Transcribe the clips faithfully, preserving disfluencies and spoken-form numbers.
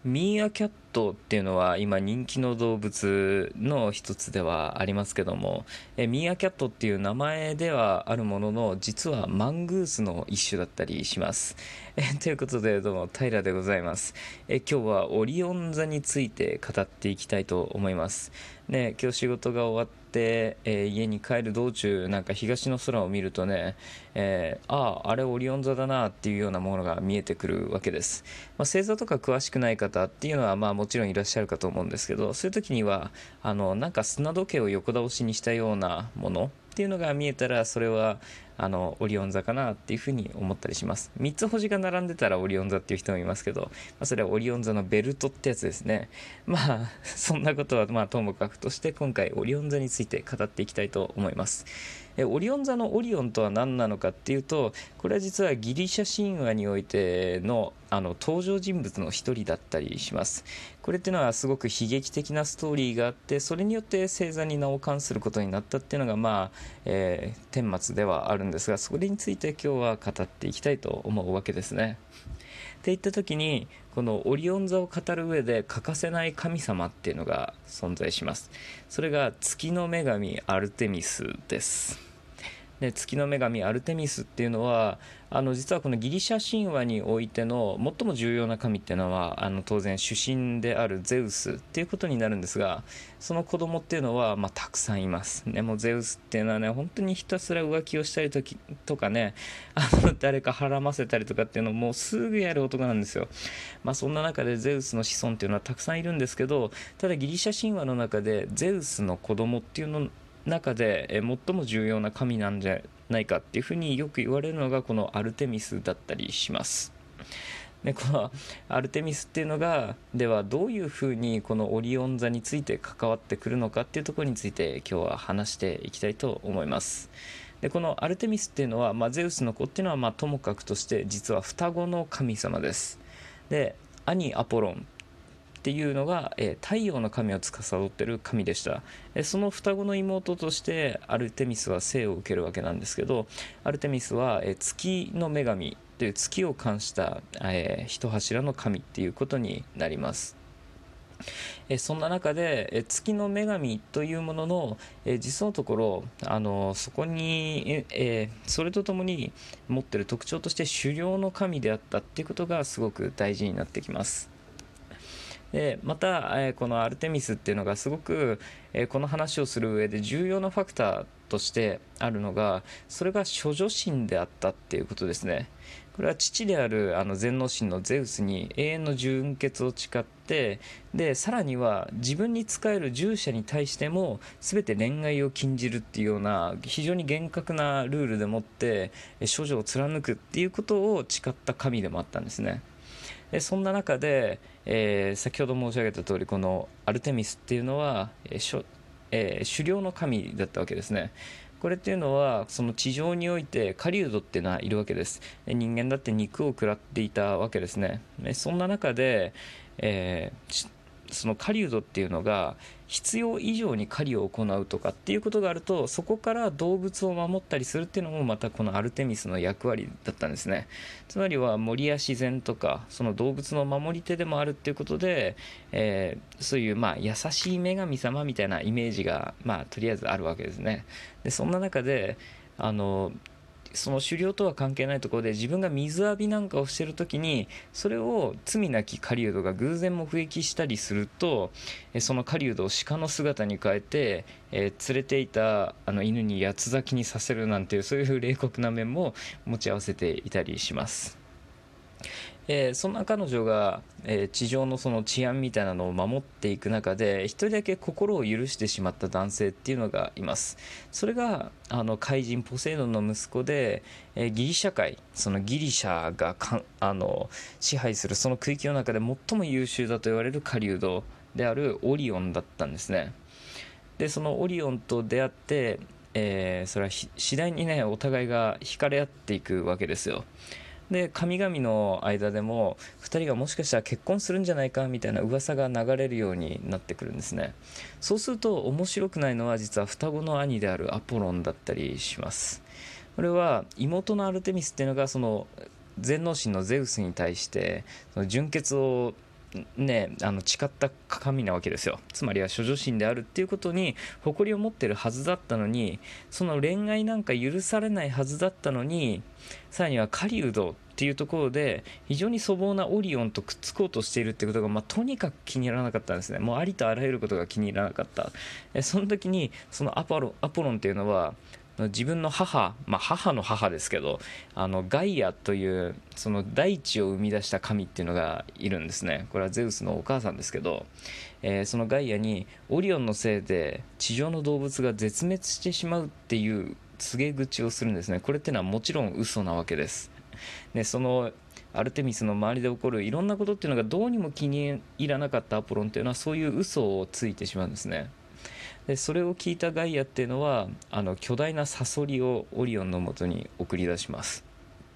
ミーアキャットっていうのは今人気の動物の一つではありますけども、えミーアキャットっていう名前ではあるものの、実はマングースの一種だったりします。えということで、どうも平でございます。え今日はオリオン座について語っていきたいと思います。ね、今日仕事が終わって、えー家に帰る道中、なんか東の空を見るとね、えーああ、あれオリオン座だなっていうようなものが見えてくるわけです。まあ、星座とか詳しくない方っていうのはまあもちろんいらっしゃるかと思うんですけど、そういう時にはあのなんか砂時計を横倒しにしたようなものっていうのが見えたら、それはあのオリオン座かなっていうふうに思ったりします。みっつ星が並んでたらオリオン座っていう人もいますけど、まあ、それはオリオン座のベルトってやつですね。まあそんなことはまあともかくとして、今回オリオン座について語っていきたいと思います。えオリオン座のオリオンとは何なのかっていうと、これは実はギリシャ神話においてのあの登場人物の一人だったりします。これっていうのはすごく悲劇的なストーリーがあって、それによって星座に名を冠することになったっていうのがまあ、えー、顛末ではあるんですが、それについて今日は語っていきたいと思うわけですね。っていった時に、このオリオン座を語る上で欠かせない神様っていうのが存在します。それが月の女神アルテミスです。で月の女神アルテミスっていうのは、あの実はこのギリシャ神話においての最も重要な神っていうのは、あの当然主神であるゼウスっていうことになるんですが、その子供っていうのは、まあ、たくさんいます、ね、もうゼウスっていうのはね、本当にひたすら浮気をしたりときとかね、あの誰かはらませたりとかっていうのをもうすぐやる男なんですよ。まあ、そんな中でゼウスの子孫っていうのはたくさんいるんですけど、ただギリシャ神話の中でゼウスの子供っていうの中でえ最も重要な神なんじゃないかっていうふうによく言われるのが、このアルテミスだったりします。でこのアルテミスっていうのが、ではどういうふうにこのオリオン座について関わってくるのかっていうところについて今日は話していきたいと思います。でこのアルテミスっていうのは、まあ、ゼウスの子っていうのはまあともかくとして、実は双子の神様です。で兄アポロンっていうのが、えー太陽の神を司っている神でした。えーその双子の妹としてアルテミスは生を受けるわけなんですけど、アルテミスは、えー月の女神という月を冠した、えー一柱の神っていうことになります。えーそんな中で、えー月の女神というものの、えー実のところ、あのそこに、えーそれとともに持っている特徴として、狩猟の神であったっていうことがすごく大事になってきます。でまた、えーこのアルテミスっていうのがすごく、えーこの話をする上で重要なファクターとしてあるのが、それが処女神であったっていうことですね。これは父であるあの全能神のゼウスに永遠の純潔を誓って、でさらには自分に仕える従者に対しても全て恋愛を禁じるっていうような非常に厳格なルールでもってえー処女を貫くっていうことを誓った神でもあったんですね。でそんな中で、えー先ほど申し上げた通り、このアルテミスっていうのは、えーしょえー狩猟の神だったわけですね。これっていうのは、その地上において狩人っていうのはいるわけです。人間だって肉を食らっていたわけですね。そんな中で、えーその狩人っていうのが必要以上に狩りを行うとかっていうことがあると、そこから動物を守ったりするっていうのもまたこのアルテミスの役割だったんですね。つまりは森や自然とかその動物の守り手でもあるっていうことで、えーそういうまあ優しい女神様みたいなイメージがまあとりあえずあるわけですね。でそんな中で、あのその狩猟とは関係ないところで自分が水浴びなんかをしている時に、それを罪なき狩人が偶然目撃したりすると、その狩人を鹿の姿に変えて、えー連れていたあの犬に八つ咲きにさせるなんていう、そういう冷酷な面も持ち合わせていたりします。えーそんな彼女が、えー地上のその治安みたいなのを守っていく中で、一人だけ心を許してしまった男性っていうのがいます。それがあの怪人ポセイドンの息子で、えーギリシャ界、そのギリシャがかんあの支配するその区域の中で最も優秀だと言われる狩人であるオリオンだったんですね。でそのオリオンと出会って、えーそれは次第にね、お互いが惹かれ合っていくわけですよ。で神々の間でもふたりがもしかしたら結婚するんじゃないかみたいな噂が流れるようになってくるんですね。そうすると面白くないのは、実は双子の兄であるアポロンだったりします。これは妹のアルテミスっていうのが、その全能神のゼウスに対してその純潔をね、あの誓った神なわけですよ。つまりは処女神であるっていうことに誇りを持ってるはずだったのに、その恋愛なんか許されないはずだったのに、さらには狩人っていうところで非常に粗暴なオリオンとくっつこうとしているってことが、まあ、とにかく気に入らなかったんですね。もうありとあらゆることが気に入らなかった。えその時にそのアポロアポロンっていうのは自分の母、まあ、母の母ですけど、あのガイアというその大地を生み出した神っていうのがいるんですね。これはゼウスのお母さんですけど、えーそのガイアにオリオンのせいで地上の動物が絶滅してしまうっていう告げ口をするんですね。これってのはもちろん嘘なわけです。でそのアルテミスの周りで起こるいろんなことっていうのがどうにも気に入らなかったアポロンっていうのは、そういう嘘をついてしまうんですね。でそれを聞いたガイアっていうのは、あの巨大なサソリをオリオンのもとに送り出します。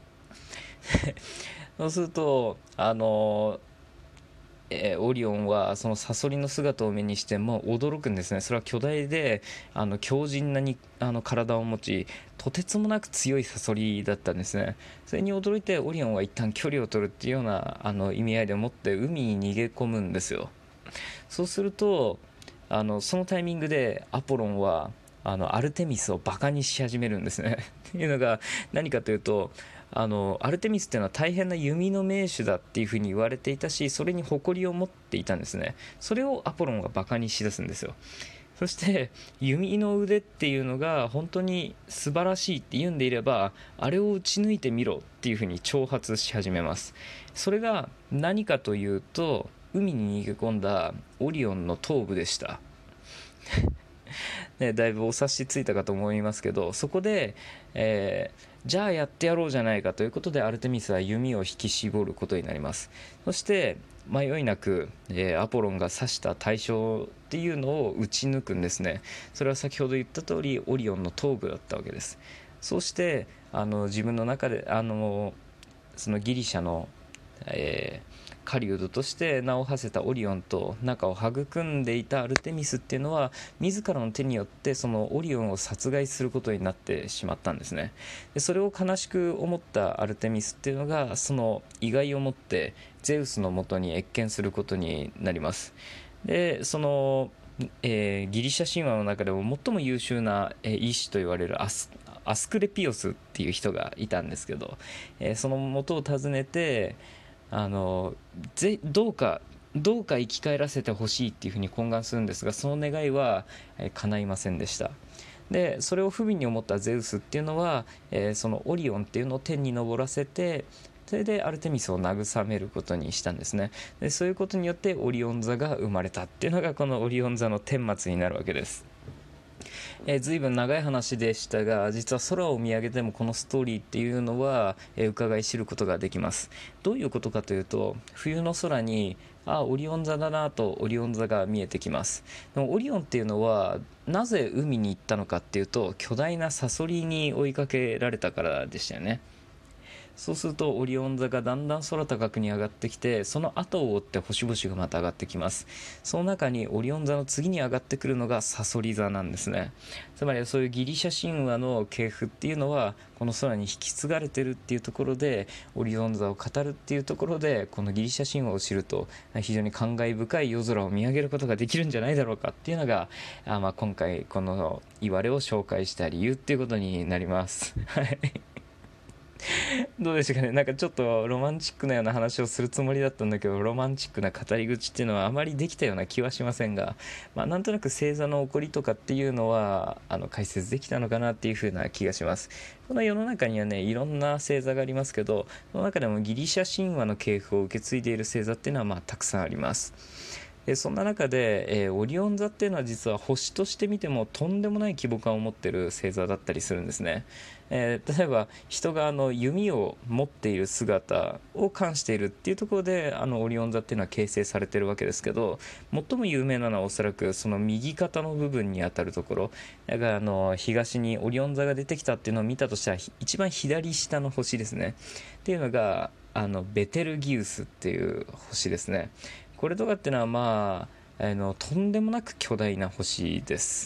そうするとあの、えーオリオンはそのサソリの姿を目にしても驚くんですね。それは巨大であの強靭なにあの体を持ち、とてつもなく強いサソリだったんですね。それに驚いてオリオンは一旦距離を取るっていうようなあの意味合いでもって海に逃げ込むんですよ。そうするとあのそのタイミングでアポロンはあのアルテミスをバカにし始めるんですね。っていうのが何かというと、あのアルテミスっていうのは大変な弓の名手だっていうふうに言われていたし、それに誇りを持っていたんですね。それをアポロンがバカにしだすんですよ。そして弓の腕っていうのが本当に素晴らしいって言うんでいれば、あれを打ち抜いてみろっていうふうに挑発し始めます。それが何かというと、海に逃げ込んだオリオンの頭部でした。ね、だいぶお察しついたかと思いますけど、そこで、えーじゃあやってやろうじゃないかということで、アルテミスは弓を引き絞ることになります。そして迷いなく、えーアポロンが指した対象っていうのを撃ち抜くんですね。それは先ほど言った通りオリオンの頭部だったわけです。そしてあの自分の中であのそのギリシャの、えー狩人として名を馳せたオリオンと仲を育んでいたアルテミスっていうのは、自らの手によってそのオリオンを殺害することになってしまったんですね。でそれを悲しく思ったアルテミスっていうのが、その意外を持ってゼウスのもとに謁見することになります。でその、えーギリシャ神話の中でも最も優秀な、えー医師と言われるアスアスクレピオスっていう人がいたんですけど、えーその元を訪ねて、あのぜどうかどうか生き返らせてほしいっていうふうに懇願するんですが、その願いは、えー叶いませんでした。でそれを不憫に思ったゼウスっていうのは、えーそのオリオンっていうのを天に昇らせて、それでアルテミスを慰めることにしたんですね。でそういうことによってオリオン座が生まれたっていうのが、このオリオン座の顛末になるわけです。えー、随分長い話でしたが、実は空を見上げてもこのストーリーっていうのは、えー伺い知ることができます。どういうことかというと、冬の空にあオリオン座だなとオリオン座が見えてきます。でもオリオンっていうのはなぜ海に行ったのかっていうと、巨大なサソリに追いかけられたからでしたよね。そうするとオリオン座がだんだん空高くに上がってきて、その後を追って星々がまた上がってきます。その中にオリオン座の次に上がってくるのがサソリ座なんですね。つまりそういうギリシャ神話の系譜っていうのはこの空に引き継がれてるっていうところで、オリオン座を語るっていうところで、このギリシャ神話を知ると非常に感慨深い夜空を見上げることができるんじゃないだろうかっていうのが、あ、まあ、今回このいわれを紹介した理由っていうことになります。はい。どうでしたかね。なんかちょっとロマンチックなような話をするつもりだったんだけど、ロマンチックな語り口っていうのはあまりできたような気はしませんが、まあ、なんとなく星座の起こりとかっていうのはあの解説できたのかなっていう風な気がします。この世の中にはね、いろんな星座がありますけど、その中でもギリシャ神話の系譜を受け継いでいる星座っていうのはまあたくさんあります。でそんな中で、えーオリオン座っていうのは実は星として見てもとんでもない規模感を持っている星座だったりするんですね。えー例えば人があの弓を持っている姿を冠しているっていうところで、あのオリオン座っていうのは形成されてるわけですけど、最も有名なのはおそらくその右肩の部分にあたるところだから、あの東にオリオン座が出てきたっていうのを見たとしたら、一番左下の星ですねっていうのがあのベテルギウスっていう星ですね。これとかっていうのはまああのとんでもなく巨大な星です。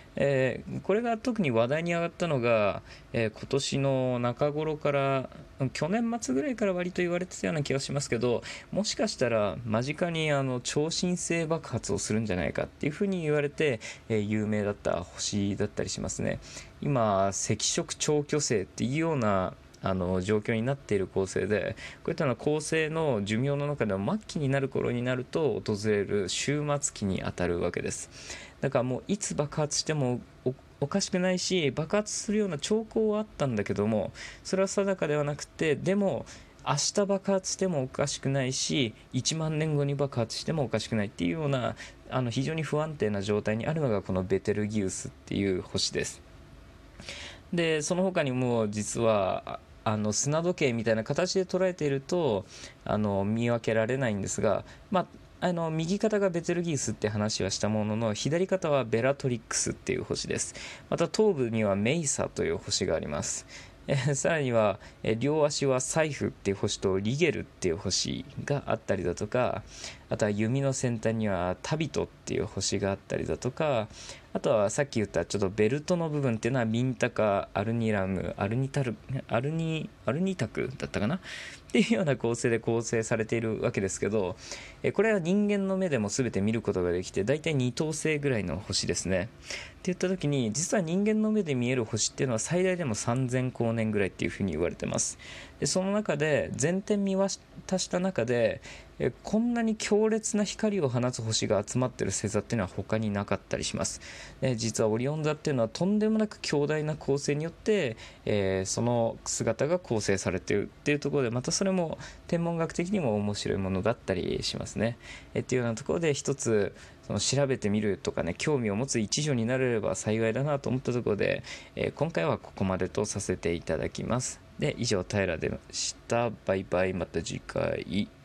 えーこれが特に話題に上がったのが、えー今年の中頃から、去年末ぐらいから割と言われてたような気がしますけど、もしかしたら間近にあの超新星爆発をするんじゃないかっていうふうに言われて、えー有名だった星だったりしますね。今、赤色超巨星っていうようなあの状況になっている恒星で、こういったのは恒星の寿命の中でも末期になる頃になると訪れる終末期にあたるわけです。だからもういつ爆発してもおおかしくないし、爆発するような兆候はあったんだけども、それは定かではなくて、でも明日爆発してもおかしくないし、いちまん年後に爆発してもおかしくないっていうような、あの非常に不安定な状態にあるのがこのベテルギウスっていう星です。でその他にも実はああの砂時計みたいな形で捉えているとあの見分けられないんですが、まあ、あの右肩がベテルギウスって話はしたものの、左肩はベラトリックスっていう星です。また東部にはメイサという星があります。えーさらには、えー両足はサイフっていう星とリゲルっていう星があったりだとか、あとは弓の先端にはタビトっていう星があったりだとか、あとはさっき言ったちょっとベルトの部分っていうのはミンタカ、アルニラム、アルニタル、アルニ、アルニタクだったかなっていうような構成で構成されているわけですけど、えこれは人間の目でも全て見ることができて、だいたいに等星ぐらいの星ですね。って言った時に、実は人間の目で見える星っていうのは最大でもさんぜん光年ぐらいっていうふうに言われてます。でその中で全天見渡した中で、えこんなに強烈な光を放つ星が集まってる星座っていうのは他になかったりします。で実はオリオン座っていうのはとんでもなく強大な構成によって、えーその姿が構成されているっていうところで、またそれも天文学的にも面白いものだったりしますね。えっていうようなところで一つその調べてみるとかね、興味を持つ一助になれれば幸いだなと思ったところで、えー今回はここまでとさせていただきます。で以上、平でした。バイバイ、また次回。